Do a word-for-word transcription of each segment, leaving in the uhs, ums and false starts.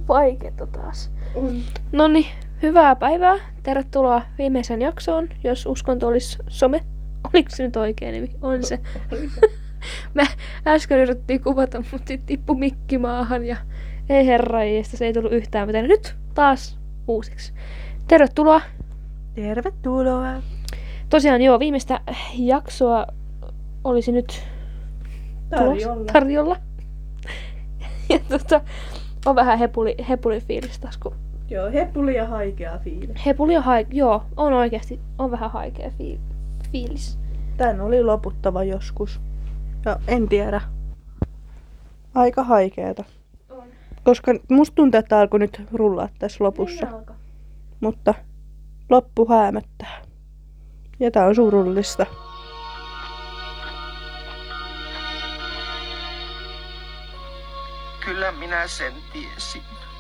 vaikeeta taas. On. Noniin, hyvää päivää. Tervetuloa viimeiseen jaksoon, jos uskonto olisi some. Oliko se nyt oikein nimi? On se. Mä äsken yritettiin kuvata, mutta sit tippui mikki maahan ja ei herra, se ei tullut yhtään mitään. Nyt taas uusiksi. Tervetuloa. Tervetuloa. Tosiaan joo, viimeistä jaksoa olisi nyt Tarjolla. tarjolla. Ja tota, on vähän hepuli, hepuli fiilis taas, kun Joo, hepuli ja haikea fiilis. hepuli ja haik... Joo, on oikeasti, on vähän haikea fi... fiilis. Tän oli loputtava joskus. Ja en tiedä. Aika haikeeta. On. Koska musta tuntuu, että tää alkoi nyt rullaa tässä lopussa. Niin alkaa. Mutta loppu häämöttää. Ja tää on surullista. Kyllä minä sen tiesin.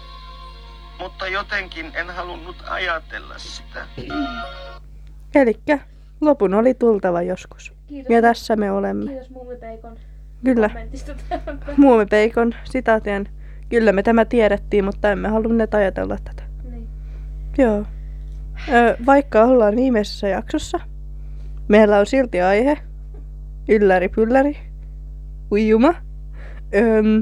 Mutta jotenkin en halunnut ajatella sitä. Elikkä lopun oli tultava joskus. Kiitos. Ja tässä me olemme. Kiitos Muumipeikon Kyllä. kommentista tähän. Muumipeikon sitaatien. Kyllä me tämä tiedettiin, mutta emme halunneet ajatella tätä. Niin. Joo. Ö, vaikka ollaan viimeisessä jaksossa, meillä on silti aihe. Ylläri pylläri. Uijuma. Öm,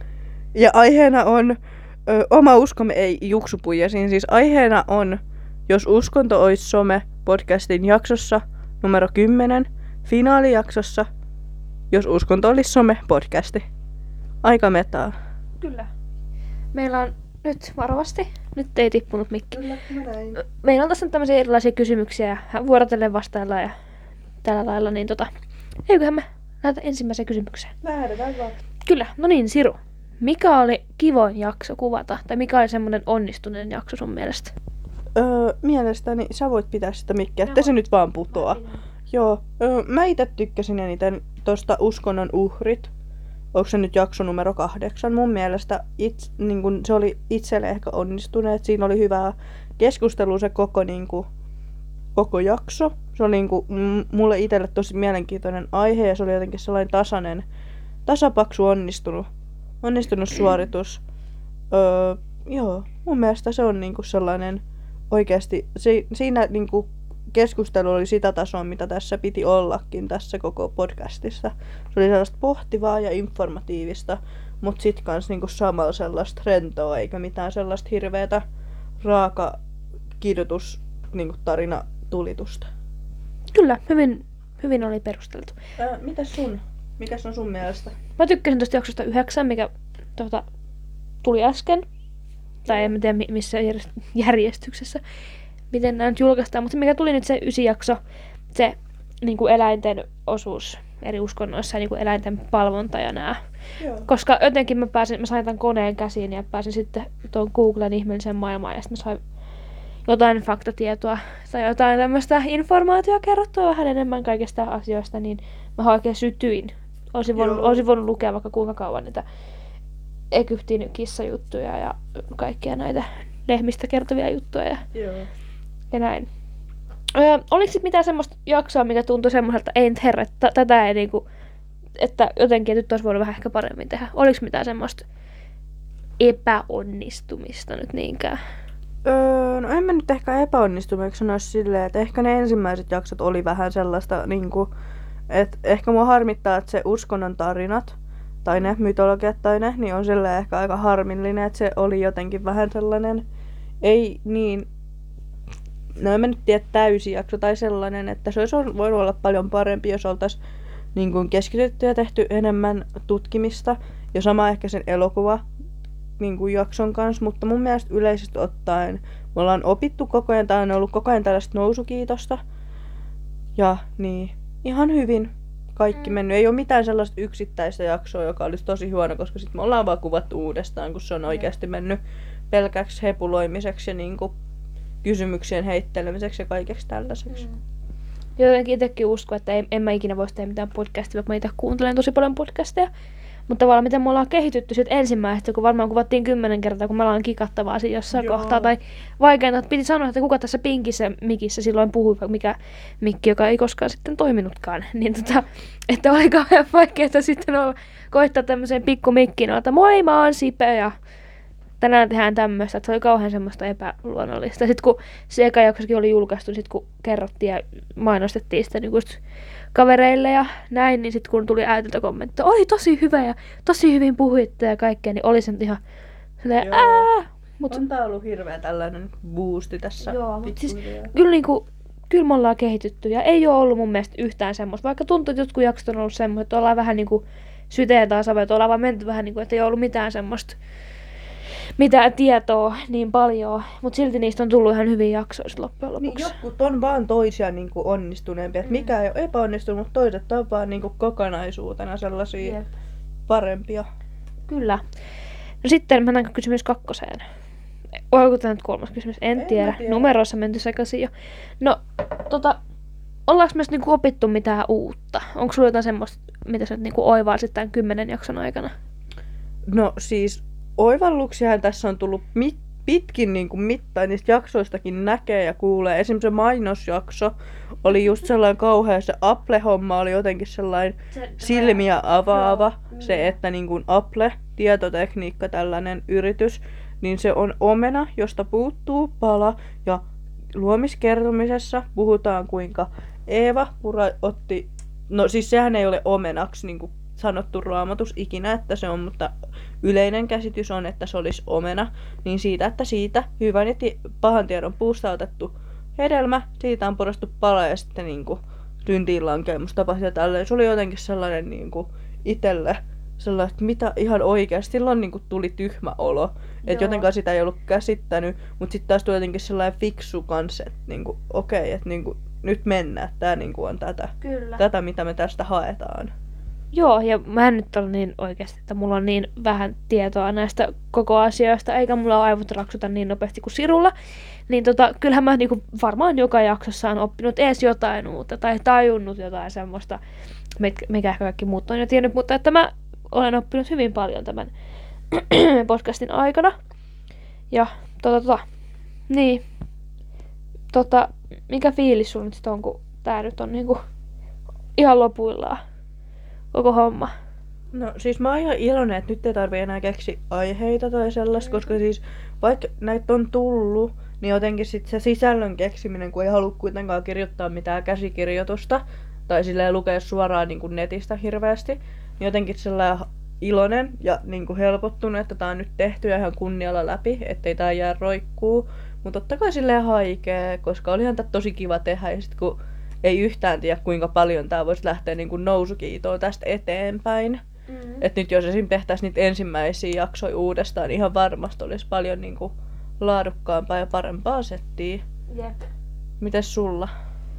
ja aiheena on ö, oma uskomme, ei juksupuijasiin. Siis aiheena on, jos uskonto olisi some podcastin jaksossa numero kymmenen, finaalijaksossa, jos uskonto olisi some podcasti. Aika metaa. Kyllä. Meillä on nyt varovasti. Nyt ei tippunut mikki. Kyllä, näin. Meillä on tässä nyt tämmöisiä erilaisia kysymyksiä ja vuorotellen vastaillaan ja tällä lailla, niin tota, eiköhän me lähdetä ensimmäiseen kysymykseen. Lähdetään vaan. Kyllä, no niin Siru. Mikä oli kivoin jakso kuvata? Tai mikä oli semmoinen onnistuneen jakso sun mielestä? Öö, mielestäni sä voit pitää sitä mikkiä, että se nyt vaan putoaa. Joo, öö, mä itse tykkäsin eniten tosta Uskonnon uhrit. Onko se nyt jakso numero kahdeksan? Mun mielestä its, niin kun, se oli itselle ehkä onnistuneet. Siinä oli hyvää keskustelua se koko, niin kun, koko jakso. Se oli niin kun, m- mulle itselle tosi mielenkiintoinen aihe ja se oli jotenkin sellainen tasainen, tasapaksu onnistunut, onnistunut suoritus. Öö, joo, mun mielestä se on niin kun sellainen oikeasti, si, siinä niin kun, keskustelu oli sitä tasoa, mitä tässä piti ollakin tässä koko podcastissa. Se oli sellaista pohtivaa ja informatiivista, mutta sit kans niinku samalla sellaista rentoa, eikä mitään sellaista hirveetä raaka kidutus niinku tarina tulitusta. Kyllä, hyvin, hyvin oli perusteltu. Ää, mitäs sun? Mikäs on sun mielestä? Mä tykkäsin tosta jaksosta yhdeksän, mikä tota, tuli äsken. Tai en tiedä missä järjestyksessä, miten nämä nyt julkaistaan. Mutta mikä tuli nyt se ysi jakso, se niin kuin eläinten osuus eri uskonnoissa ja niin kuin eläinten palvonta ja nää. Joo. Koska jotenkin mä, pääsin, mä sain tämän koneen käsiin ja pääsin sitten tuon Googlen ihmeellisen maailmaan ja sitten mä sain jotain faktatietoa tai jotain tämmöistä informaatiota kerrottua vähän enemmän kaikista asioista, niin mä oikein sytyin. Olisin voinut, olisin voinut lukea vaikka kuinka kauan niitä Egyptin kissajuttuja ja kaikkia näitä lehmistä kertovia juttuja ja, Joo. ja näin. Öö, oliko sit mitään semmoista jaksoa, mikä tuntui semmoiselta, ei nyt herra, että tätä ei niinku, että jotenkin nyt olisi voinut vähän ehkä paremmin tehdä. Oliko mitään semmoista epäonnistumista nyt niinkään? Öö, no en mä nyt ehkä epäonnistuneeksi sanoisi silleen, että ehkä ne ensimmäiset jaksot oli vähän sellaista, niinku, että ehkä mua harmittaa, että se uskonnon tarinat, tai ne mytologiat tai ne, niin on silleen ehkä aika harmillinen, että se oli jotenkin vähän sellainen, ei niin, no en mä nyt tiedä täysi jakso tai sellainen, että se olisi voinut olla paljon parempi, jos oltaisiin niin kuin keskitytty ja tehty enemmän tutkimista, ja sama ehkä sen elokuva niin kuin jakson kanssa, mutta mun mielestä yleisesti ottaen me ollaan opittu koko ajan, tää on ollut koko ajan tällaista nousukiitosta, ja niin, ihan hyvin kaikki mennyt. Ei ole mitään sellaista yksittäistä jaksoa, joka olisi tosi huono, koska sitten me ollaan vaan kuvattu uudestaan, kun se on oikeasti mennyt pelkäksi hepuloimiseksi ja niinku kysymyksien heittelemiseksi ja kaikeksi tällaiseksi. Mm. Jotenkin itsekin uskon, että en, en mä ikinä voisi tehdä mitään podcastia, vaikka mä itse kuuntelen tosi paljon podcasteja. Mutta tavallaan miten me ollaan kehitytty sit ensimmäistä, kun varmaan kuvattiin kymmenen kertaa, kun me ollaan kikattavaa siinä jossain Joo. kohtaa. Tai vaikeinta, että piti sanoa, että kuka tässä pinkissä mikissä silloin puhui, mikä mikki, joka ei koskaan sitten toiminutkaan. Niin tota, että oli kauhean vaikeaa sitten olla, koittaa tämmöiseen pikku mikkiin, että moi mä oon Sipe ja tänään tehdään tämmöistä, että se oli kauhean semmoista epäluonnollista. Sitten kun se eka jaksossakin oli julkaistu, sit kun kerrottiin ja mainostettiin sitä niin just kavereille ja näin, niin sitten kun tuli äitiltä kommentteja, oli tosi hyvä ja tosi hyvin puhuitte ja kaikkea, niin oli se nyt ihan silleen, Joo. ää. Mut, On tää ollut hirveä tällainen boosti tässä. joo, mutta siis pikkuhiljaa. kyllä, niinku, kyllä me ollaan kehitytty ja ei ole ollut mun mielestä yhtään semmoista, vaikka tuntuu, että jotkut jaksot on ollut semmoista, että ollaan vähän niinku syteen taas avettu, ollaan vaan menty vähän niinku, että ei ole ollut mitään semmoista, mitään tietoa niin paljon, mutta silti niistä on tullut ihan hyviä jaksoja sit loppujen Niin, lopuksi. jotkut on vaan toisia niin kuin onnistuneempia. Mm. Mikä ei ole epäonnistunut, mutta toiset on vaan niin kuin kokonaisuutena sellaisia Jep. parempia. Kyllä. No sitten mennäänkö kysymys kakkoseen? Oliko tämä nyt kolmas kysymys? En, En tiedä. mä tiedä. Numeroissa menty sekaisin jo. No, tota, ollaanko me niinku opittu mitään uutta? Onko sulla jotain semmoista, mitä sä nyt niinku oivalsit tämän kymmenen jakson aikana? No siis oivalluksiahan tässä on tullut mit, pitkin niin kuin mittain, niistä jaksoistakin näkee ja kuulee. Esimerkiksi se mainosjakso oli just sellainen kauhea, se Apple-homma oli jotenkin sellainen Se- silmiä avaava. Joo, Se, niin. että niin kuin Apple, tietotekniikka, tällainen yritys, niin se on omena, josta puuttuu pala. Ja luomiskertomisessa puhutaan, kuinka Eeva Pura otti, no siis sehän ei ole omenaksi niin kuin sanottu Raamatus ikinä, että se on, mutta yleinen käsitys on, että se olisi omena. Niin siitä, että siitä hyvän ja ti- pahan tiedon puusta otettu hedelmä, siitä on purastu pala ja sitten niin kuin syntiin lankeemus tapahtui ja tälleen. Se oli jotenkin sellainen niin kuin itselle sellainen, että mitä ihan oikeasti. Silloin niin kuin tuli tyhmä olo. Että Joo. jotenkaan sitä ei ollut käsittänyt, mutta sitten taas tuli jotenkin sellainen fiksu kanssa, että niin kuin, okei, että niin kuin, nyt mennään, tämä niin kuin on tätä, Kyllä. tätä, mitä me tästä haetaan. Joo, ja mä en nyt ole niin oikeasti, että mulla on niin vähän tietoa näistä koko asioista, eikä mulla aivot raksuta niin nopeasti kuin Sirulla. Niin tota, kyllähän mä niinku varmaan joka jaksossa on oppinut ees jotain uutta tai tajunnut jotain semmoista, mit- mikä ehkä kaikki muut on jo tiennyt, mutta että mä olen oppinut hyvin paljon tämän podcastin aikana. Ja tota, tota niin, tota, mikä fiilis sulla nyt sit on, kun tää nyt on niinku ihan lopuillaan? Koko homma. No siis mä oon ihan iloinen, että nyt ei tarvi enää keksi aiheita tai sellaista, koska siis vaikka näitä on tullut, niin jotenkin sit se sisällön keksiminen, kun ei halua kuitenkaan kirjoittaa mitään käsikirjoitusta tai silleen lukea suoraan niin kuin netistä hirveästi, niin jotenkin sellainen iloinen ja niin kuin helpottunut, että tää on nyt tehty ja ihan kunnialla läpi, ettei tää jää roikkuu. Mutta totta kai silleen haikee, koska olihan tää tosi kiva tehdä ja sit kun ei yhtään tiedä, kuinka paljon tää voisi lähteä niin kuin nousukiitoon tästä eteenpäin. Mm. Et nyt jos esim. Tehtäisiin niitä ensimmäisiä jaksoja uudestaan, niin ihan varmasti olisi paljon niin kuin laadukkaampaa ja parempaa settiä. Jep. Mites sulla?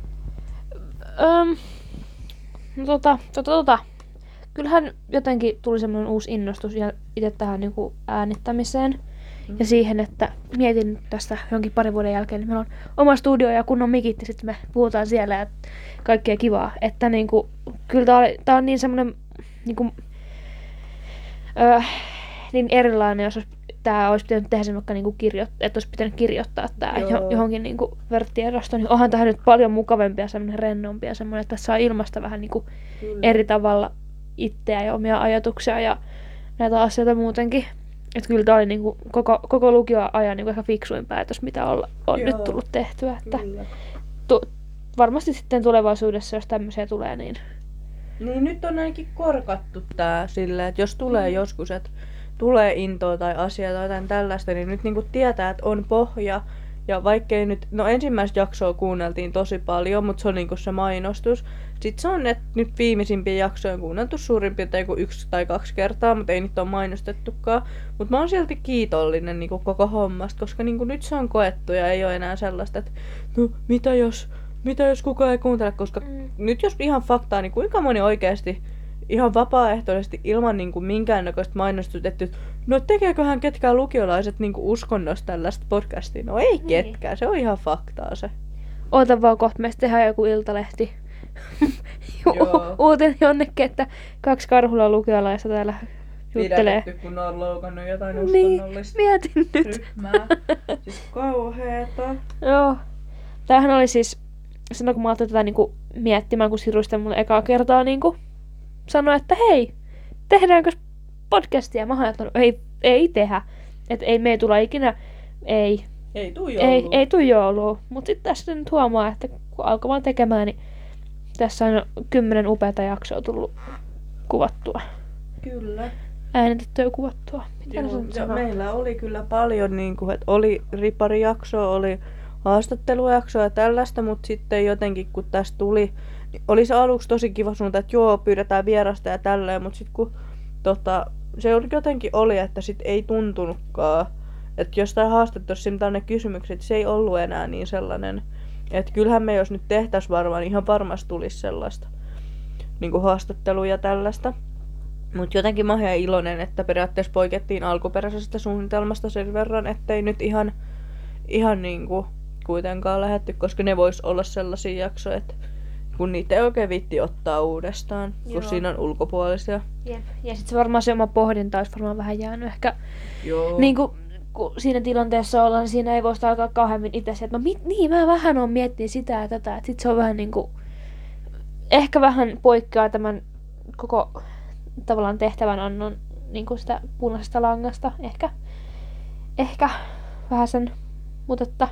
Öm, no tota, tota, tota. Kyllähän jotenkin tuli semmoinen uusi innostus ja itse tähän niinku äänittämiseen. Mm. Ja siihen, että mietin tästä jonkin parin vuoden jälkeen, niin meillä on oma studio ja kunnon mikit ja sitten me puhutaan siellä ja kaikkea kivaa. Että niinku, kyllä tää, oli, tää on niin semmoinen niinku, öö, niin erilainen, jos olisi, tää olisi pitänyt tehdä sen vaikka niinku kirjo- että olisi pitänyt kirjoittaa tää Joo. jo, johonkin niinku vörttiedostoon, niin onhan tähän nyt paljon mukavampi ja semmoinen rennompi ja semmoinen, että tässä saa ilmasta vähän niinku eri tavalla itseä ja omia ajatuksia ja näitä asioita muutenkin. Että kyllä tää oli niinku koko, koko lukioajan niinku ehkä fiksuin päätös, mitä olla, on Joo. nyt tullut tehtyä. Että Kyllä. tu, varmasti sitten tulevaisuudessa, jos tämmöisiä tulee, niin Niin nyt on ainakin korkattu tää silleen, että jos tulee joskus, että tulee intoa tai asiaa tai jotain tällaista, niin nyt niinku tietää, että on pohja. Ja vaikkei nyt, no ensimmäistä jaksoa kuunneltiin tosi paljon, mutta se on niinku se mainostus. Sitten se on, että nyt viimeisimpiä jaksoja on kuunneltu suurin piirtein kuin yksi tai kaksi kertaa, mutta ei niitä ole mainostettukaan. Mutta mä oon silti kiitollinen niinku koko hommasta, koska niinku nyt se on koettu ja ei ole enää sellaista, että no mitä jos, mitä jos kukaan ei kuuntele, koska Mm. nyt jos ihan faktaa, niin kuinka moni oikeasti ihan vapaaehtoisesti ilman niinku minkäännäköistä mainostusta, että no tekeeköhän ketkään lukiolaiset niinku uskonnosta tällaista podcastia? No ei Niin. ketkään, se on ihan faktaa se. oota vaan kohta, me tehdään joku iltalehti. Joo. Uutinen jonnekin, että kaksi Karhulan lukiolaista täällä juttelee. Pidätetty, kun on loukannut jotain Niin, uskonnollista mietin nyt. ryhmää. Siis kauheeta. Joo. Tämähän oli siis, silloin kun mä aloitin tätä niinku miettimään, kun Siru sitten mulle ekaa kertaa niinku sanoi, että hei, tehdäänkö podcastia? Mä ajattelin, ei, ei tehdä. että ei me tulla ikinä, ei, Ei tuu ei, joulua. ei tuu joulua. Mutta sitten tässä nyt huomaa, että kun alkoi vaan tekemään, niin tässä on kymmenen upeata jaksoa tullut kuvattua. Kyllä. Äänitettyä ja kuvattua. Mitä Joo, se nyt ja sanoo? meillä oli kyllä paljon, niin kuin, että oli riparijaksoa, oli haastattelujaksoa ja tällaista, mutta sitten jotenkin kun tästä tuli, niin oli se aluksi tosi kiva suunta, että joo, pyydetään vierasta ja tälleen, mutta sitten kun tota, se oli- jotenkin oli, että sit ei tuntunutkaan, että jostain haastattelussa mitä on ne kysymykset, se ei ollut enää niin sellainen, että kyllähän me jos nyt tehtäisiin varmaan, niin ihan varmasti tulisi sellaista niin kuin haastattelua ja tällaista. Mutta jotenkin mä oon ihan iloinen, että periaatteessa poikettiin alkuperäisestä suunnitelmasta sen verran, ettei nyt ihan, ihan niinku kuitenkaan lähetty, koska ne vois olla sellaisia jaksoja, että kun niitä ei oikein vitti ottaa uudestaan, kun Joo. siinä on ulkopuolisia. Jep. Ja sitten se varmaan se oma pohdinta olisi varmaan vähän jäänyt ehkä. Joo. Niin kuin, kun siinä tilanteessa ollaan, niin siinä ei voisi alkaa kauheammin itse että no mit, niin, mä vähän oon miettinyt sitä ja tätä. Että sit se on vähän niinku, ehkä vähän poikkeaa tämän koko tavallaan tehtävänannon niinku sitä punaisesta langasta. Ehkä, ehkä vähän sen, mutta että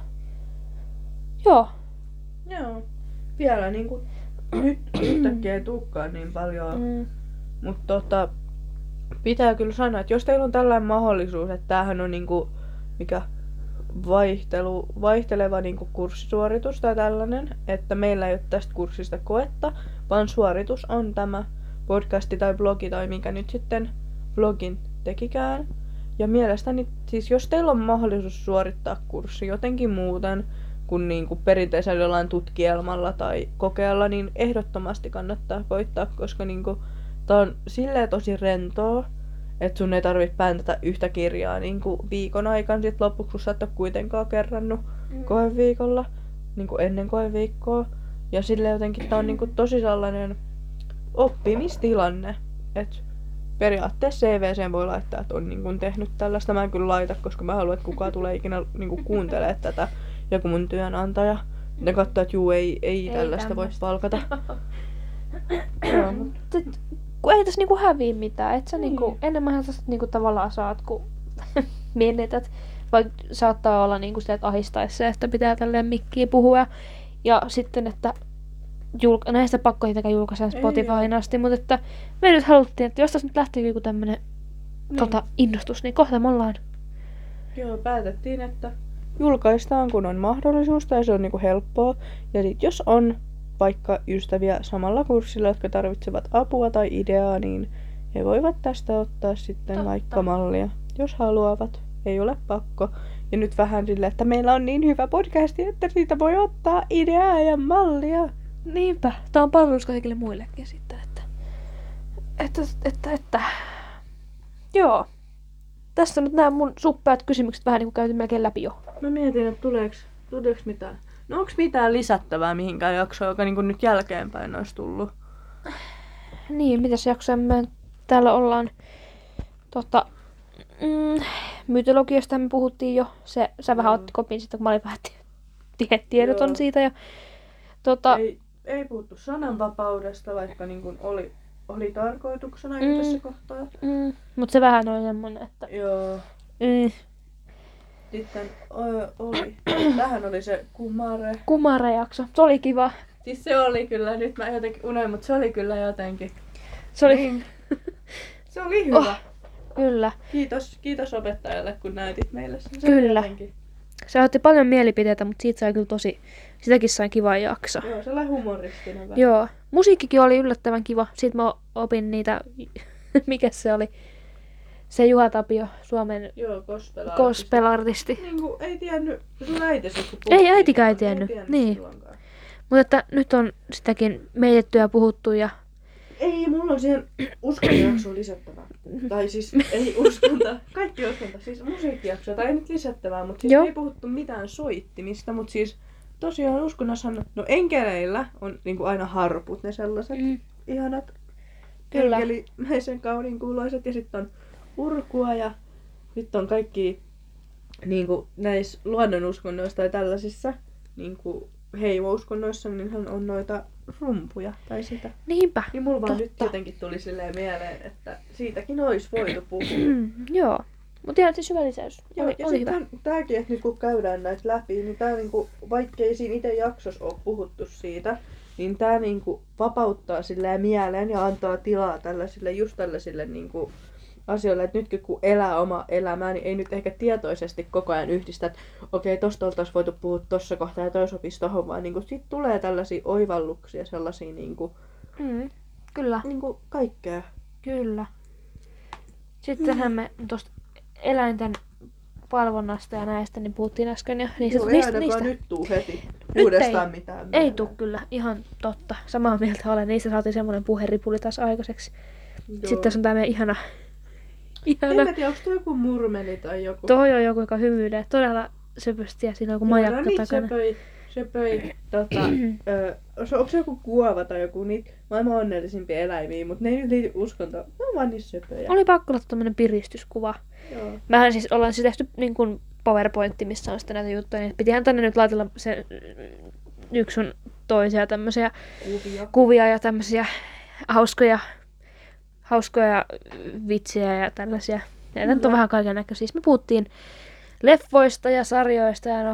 joo. Joo. Vielä niinku nyt yhtäkkiä ei tulekaan niin paljon. Mm. Mutta tota, pitää kyllä sanoa, että jos teillä on tällainen mahdollisuus, että tämähän on niinku, mikä vaihtelu, vaihteleva niinku kurssisuoritus tai tällainen, että meillä ei ole tästä kurssista koetta, vaan suoritus on tämä podcasti tai blogi tai mikä nyt sitten vlogin tekikään. Ja mielestäni, siis jos teillä on mahdollisuus suorittaa kurssi jotenkin muuten kuin niinku perinteisellä jollain tutkielmalla tai kokeella, niin ehdottomasti kannattaa koittaa, koska niinku tää on silleen tosi rentoa, että sun ei tarvitse pääntätä yhtä kirjaa niinku viikon aikana sit lopuksi, kun sä et ole kuitenkaan kerrannut Mm. koeviikolla, niinku ennen koeviikkoa. Ja silleen jotenkin tää on niinku tosi sellainen oppimistilanne, että periaatteessa C V:seen voi laittaa, että on niinku tehnyt tällaista. Mä en kyllä laita, koska mä haluan, että kukaan tulee ikinä niinku kuuntelemaan tätä, joku mun työnantaja. Ne katsoo, että juu, ei, ei, Ei tällaista voi tämmöstä. palkata. Joo, mut Sit, kun ei tässä niinku häviä mitään, et sä Niin. niinku, enemmänhän sä niinku tavallaan saat, kun menetät. Vaikka saattaa olla niinku sitä, että ahistaisi se, että pitää tälleen mikkiä puhua. Ja sitten, että julka- näistä pakko tietenkään julkaistaan Ei Spotifyin asti, mutta että me nyt haluttiin, että jos tässä nyt lähtee joku tämmönen Niin. tota, innostus, niin kohta me ollaan. Joo, päätettiin, että julkaistaan kun on mahdollisuus tai se on niinku helppoa. Ja sit jos on vaikka ystäviä samalla kurssilla, jotka tarvitsevat apua tai ideaa, niin he voivat tästä ottaa sitten Totta. vaikka mallia, jos haluavat. Ei ole pakko. Ja nyt vähän silleen, että meillä on niin hyvä podcasti, että siitä voi ottaa ideaa ja mallia. Niinpä, tää on palvelus kaikille muillekin sitten, että, että, että, että. Joo. Tässä on nyt nämä mun suppeat kysymykset vähän niin kuin käyty melkein läpi jo. Mä mietin, että tuleeks, tuleeks mitään. No onks mitään lisättävää mihinkään jaksoon, joka niinku nyt jälkeenpäin olisi tullut? Niin, mitäs jaksoja me täällä ollaan? Tota, mm, mytologiasta me puhuttiin jo. Se, sä vähän Joo. otti kopin siitä, kun mä olin vähän tie- tiedoton Joo. siitä. Ja, tota, Ei, ei puhuttu sananvapaudesta, vaikka niin kuin oli, oli tarkoituksena Mm. yhdessä kohtaa. mm, mut se vähän on semmonen, että Joo. mm, Sitten ö, oli. Tähän oli se kumare. kumara-jakso. Se oli kiva. Siis se oli kyllä, nyt mä jotenkin unoin, mutta se oli kyllä jotenkin. Se oli, Niin. Se oli hyvä. Oh. kyllä. Kiitos, kiitos opettajalle, kun näytit meille sen. Se Kyllä. oli jotenkin- Se otti paljon mielipiteitä, mutta siitä sai kyllä tosi, sitäkin sai kiva jakso. Joo, sellainen humoristinen vähän. Joo. Musiikkikin oli yllättävän kiva. Sitten mä opin niitä, mikä se oli, se Juha Tapio, Suomen Joo, gospel. gospel-artisti. Niin kuin ei tiennyt, sun äiti kun Ei puhuttiin äitikään ei silloin, tiennyt, niin. silloinkaan. Mutta että nyt on sitäkin meitetty ja puhuttu ja Ei, mulla on siihen uskontojaksoon lisättävää. Tai siis ei uskonta, kaikki uskonta, siis musiikkijaksoa, tai ei nyt lisättävää, mutta siis Joo. ei puhuttu mitään soittimista, mutta siis tosiaan uskonnassa, no enkeleillä on niinku aina harput, ne sellaiset Mm. ihanat Kyllä. enkelimäisen kauniin kuuloiset, ja sitten on urkua ja sitten on kaikki niinku näissä luonnonuskonnoissa tai tällaisissa niinku heimouskonnoissa, niin on noita rumpuja tai sitä. niinpä. Niin mulla vaan nyt Totta. jotenkin tuli silleen mieleen, että siitäkin olisi voitu puhua. Mm, joo. Mutta ihan siis hyvä lisäys. Joo, Oli, ja oli hyvä. sitten tämäkin, että nyt kun käydään näitä läpi, niin tämä niinku, vaikkei siinä itse jaksossa ole puhuttu siitä, niin tämä niinku vapauttaa silleen mieleen ja antaa tilaa tällaisille, just tällaisille niinku asioille, että nytkin kun elää oma elämää, niin ei nyt ehkä tietoisesti koko ajan yhdistä, että okei, tosta oltaisiin voitu puhua tossa kohtaa ja toi sopisi tohon, vaan niinku sit tulee tällaisia oivalluksia, sellaisia niinku, Mm, kyllä, niinku kaikkea. kyllä. Sittenhän me tuosta eläinten valvonnasta ja näistä niin puhuttiin äsken. Ja niistä, Joo, ei niistä, ainakaan niistä. nyt tuu heti Nyt uudestaan ei. mitään. Ei mieleen. tuu kyllä, ihan totta. Samaa mieltä olen. Niistä saatiin semmoinen puheripuli taas aikaiseksi. Joo. Sitten tässä on tää meidän ihana... En ihana. mä tiedä, onko toi joku murmeli tai joku. Toi on joku, joka hymyilee todella söpösti ja siinä on joku Joo, majakka no niin, takana. se pöi, se pöi tota, ö, onko se joku kuova tai joku niitä maailman onnellisimpia eläimiä, mutta ne ei nyt liity uskontoon. Ne on vaan niissä söpöjä. Oli pakko olla tämmönen piristyskuva. Joo. Mähän siis ollaan siis tehty niin kuin PowerPointti, missä on sitten näitä juttuja, niin pitihän tänne nyt laitella se yksi sun toisia tämmöisiä Kuvia. kuvia ja tämmöisiä hauskoja, hauskoja vitsiä ja tällaisia. Ja nyt on Kyllä. vähän kaiken näköisiä. Siis me puhuttiin leffoista ja sarjoista ja no,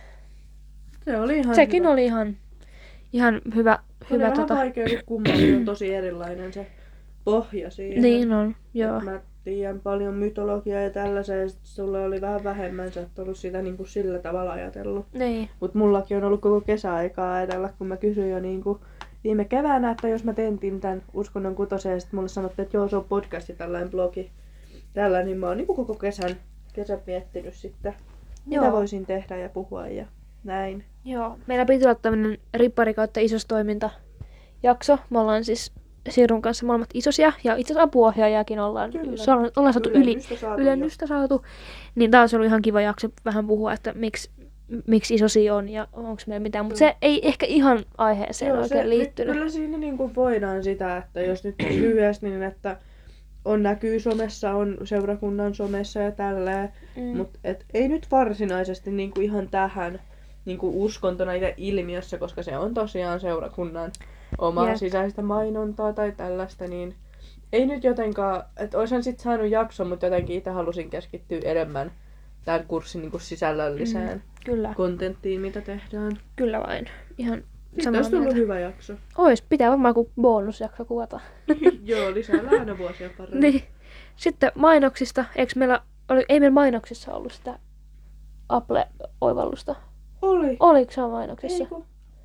Se oli ihan sekin hyvä. oli ihan, ihan hyvä. Se oli hyvä vähän tota. vaikea, kun kummankin on tosi erilainen se pohja siihen. Niin on, joo. Et mä tiedän paljon mytologiaa ja tällaisia, ja sit sulla oli vähän vähemmän, sä et ollut sitä niin kuin sillä tavalla ajatellut. Niin. Mut mullakin on ollut koko kesäaikaa ajatella, kun mä kysyin jo niin kuin viime keväänä, että jos mä tentin tämän uskonnon kutosen, ja sitten mulle sanottiin, että joo, se on podcast ja tällainen blogi. Tällä, niin mä oon niin kuin koko kesän, kesän miettinyt sitten, mitä Joo. voisin tehdä ja puhua ja näin. Joo, meillä piti olla tämmönen rippari kautta isostoiminta jakso. Me ollaan siis Sirun kanssa molemmat isosia ja itse asiassa apuohjaajakin ollaan, Kyllä. se ollaan, ollaan saatu yli, Ylennystä saatu ylennystä saatu. Niin taas ollut ihan kiva jakso vähän puhua, että miksi, miksi isosia on ja onko meillä mitään. Mutta se ei ehkä ihan aiheeseen Joo, oikein se, liittynyt. Kyllä siinä niin kuin voidaan sitä, että jos nyt lyhyesti, niin että on näkyy somessa, on seurakunnan somessa ja tälleen, Mm. mutta ei nyt varsinaisesti niin kuin ihan tähän niin kuin uskontona itse ilmiössä, koska se on tosiaan seurakunnan omaa Jep. sisäistä mainontaa tai tällaista, niin ei nyt jotenkaan, että olisin sitten saanut jakson, mutta jotenkin itse halusin keskittyä enemmän tämän kurssin niin kuin sisällölliseen Mm. Kyllä, kontenttiin, mitä tehdään. kyllä vain. Ihan Sitten samaa olisi tullut mieltä. hyvä jakso. Ois, pitää varmaan kuin bonusjakso kuvata. Joo, lisää aina vuosia paremmin. Niin. Sitten mainoksista, eikö meillä, oli, ei meillä mainoksissa ollut sitä Apple-oivallusta? Oli. Oliko se mainoksissa? Eiku.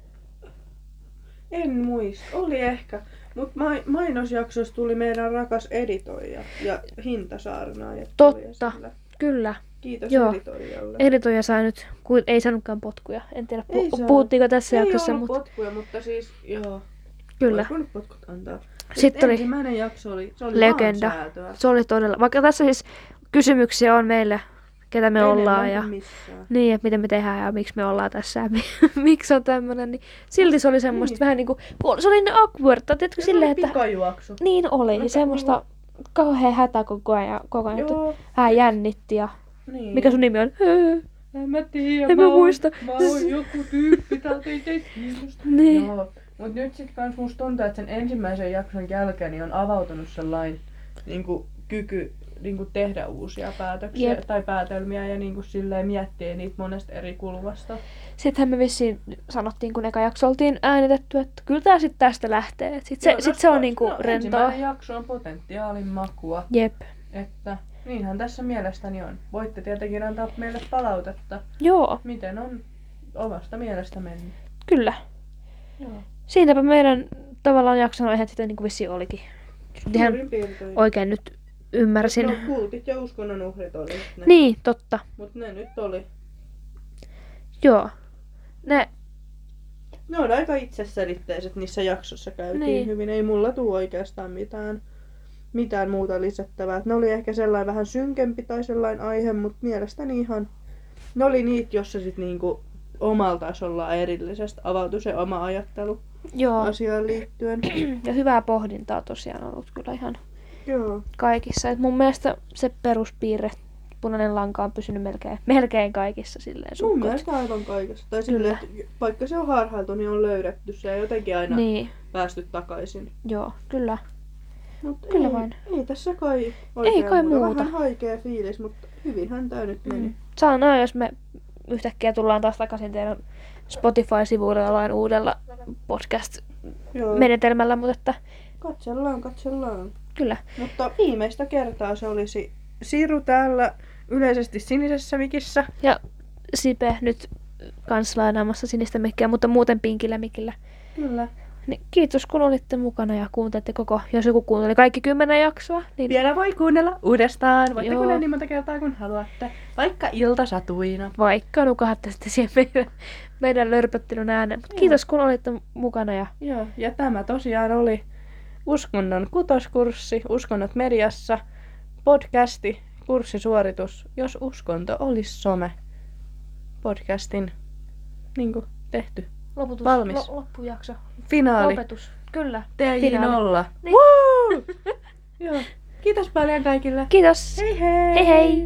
En muista. Oli ehkä. Mutta ma- mainosjaksossa tuli meidän rakas editoija ja hintasaarnaaja. tuli Totta. esille. Kyllä. Kiitos Joo. editoijalle. Editoija sai nyt, ku- ei saanutkaan potkuja. En tiedä, Ei pu- saanut. puhuttiinko tässä Ei jaksossa, ollut mutta potkuja, mutta siis joo. kyllä. Olisi voinut potkut antaa. Sitten oli ensimmäinen jakso oli, se oli legenda. vaan säätöä. Se oli todella, vaikka tässä siis kysymyksiä on meille, ketä me Enemmän ollaan kuin ja missään. niin, että miten me tehdään ja miksi me ollaan tässä ja mi- miksi on tämmönen, niin silti se oli semmoista Niin. vähän niinku, kun se oli ne awkward, tiedätkö Se silleen, oli että pikajuoksu. niin oli, Mutta semmoista kauhean hätä koko ajan ja koko ajan, että Joo. vähän jännitti ja Niin. mikä sun nimi on? Höö. En mä tiedä. En mä oon- muista. Mä oon joku tyyppi, täältä ei teitä kiinnosta. Niin. Joo. Mut nyt sit kans musta tuntuu, että sen ensimmäisen jakson jälkeen niin on avautunut sellainen niinku, kyky niinku, tehdä uusia päätöksiä Jep. tai päätelmiä ja niinku, silleen miettiä niitä monesta eri kulmasta. Sittenhän me vissiin sanottiin, kun eka jakso oltiin äänitetty, että kyllä tää sit tästä lähtee. Et sit se, Joo, sit no, se on no, niinku no, rentoa. ensimmäinen jakso on potentiaalin makua. Jep. Että niinhän tässä mielestäni on. Voitte tietenkin antaa meille palautetta, Joo, miten on omasta mielestä mennyt. kyllä. Joo. Siinäpä meidän tavallaan jakson aiheet sitten niinku vissiin olikin. Ihan Suurin piirtein. oikein nyt ymmärsin. No kultit ja uskonnon uhrit oli ne. Niin, totta. Mut ne nyt oli. Joo. Ne, Ne on aika itseselitteiset niissä jaksossa käytiin Niin. hyvin. Ei mulla tuu oikeastaan mitään, mitään muuta lisättävää. Et ne oli ehkä sellainen vähän synkempi tai sellainen aihe, mutta mielestäni ihan... Ne oli niitä, jossa sit niinku omalla tasollaan erillisesti avautui se oma ajattelu joo. asiaan liittyen. Ja hyvää pohdintaa tosiaan on ollut kyllä ihan Joo. kaikissa. Et mun mielestä se peruspiirre, punainen lanka on pysynyt melkein, melkein kaikissa silleen Mun sukkot. mielestä aivan kaikessa. Tai Kyllä. silleen, että vaikka se on harhailtu, niin on löydetty se ja jotenkin aina Niin, päästy takaisin. joo, kyllä. Mut Kyllä ei, vain. ei tässä kai oikein kai muuta. Vähän haikea fiilis, mutta hyvinhän tää nyt meni. Mm. Saa nähdä, jos me yhtäkkiä tullaan taas takaisin teidän Spotify-sivuille jollain uudella podcast-menetelmällä, Joo. mutta että Katsellaan, katsellaan. kyllä. Mutta viimeistä kertaa se olisi Siru täällä yleisesti sinisessä mikissä. Ja Sipe nyt kans lainaamassa sinistä mikkiä, mutta muuten pinkillä mikillä. Kyllä. Niin kiitos kun olitte mukana ja kuuntelitte koko, jos joku kuunteli kaikki kymmenen jaksoa. Niin Vielä voi kuunnella uudestaan. Voitte Joo. kuunnella niin monta kertaa kuin haluatte. Vaikka iltasatuina. vaikka nukahatte sitten siihen meidän, meidän lörpöttelyn ääneen. Mut Joo. kiitos kun olitte mukana ja Joo, ja tämä tosiaan oli uskonnon kutoskurssi, Uskonnot mediassa, podcasti, kurssisuoritus, jos uskonto olisi some. Podcastin niin kuin tehty. loputus, Valmis. Lo, loppujakso. Finaali. Lopetus. Kyllä. T J Finaali. nolla. Niin. Woo! Joo. Kiitos paljon kaikille. Kiitos. Hei hei! Hei hei!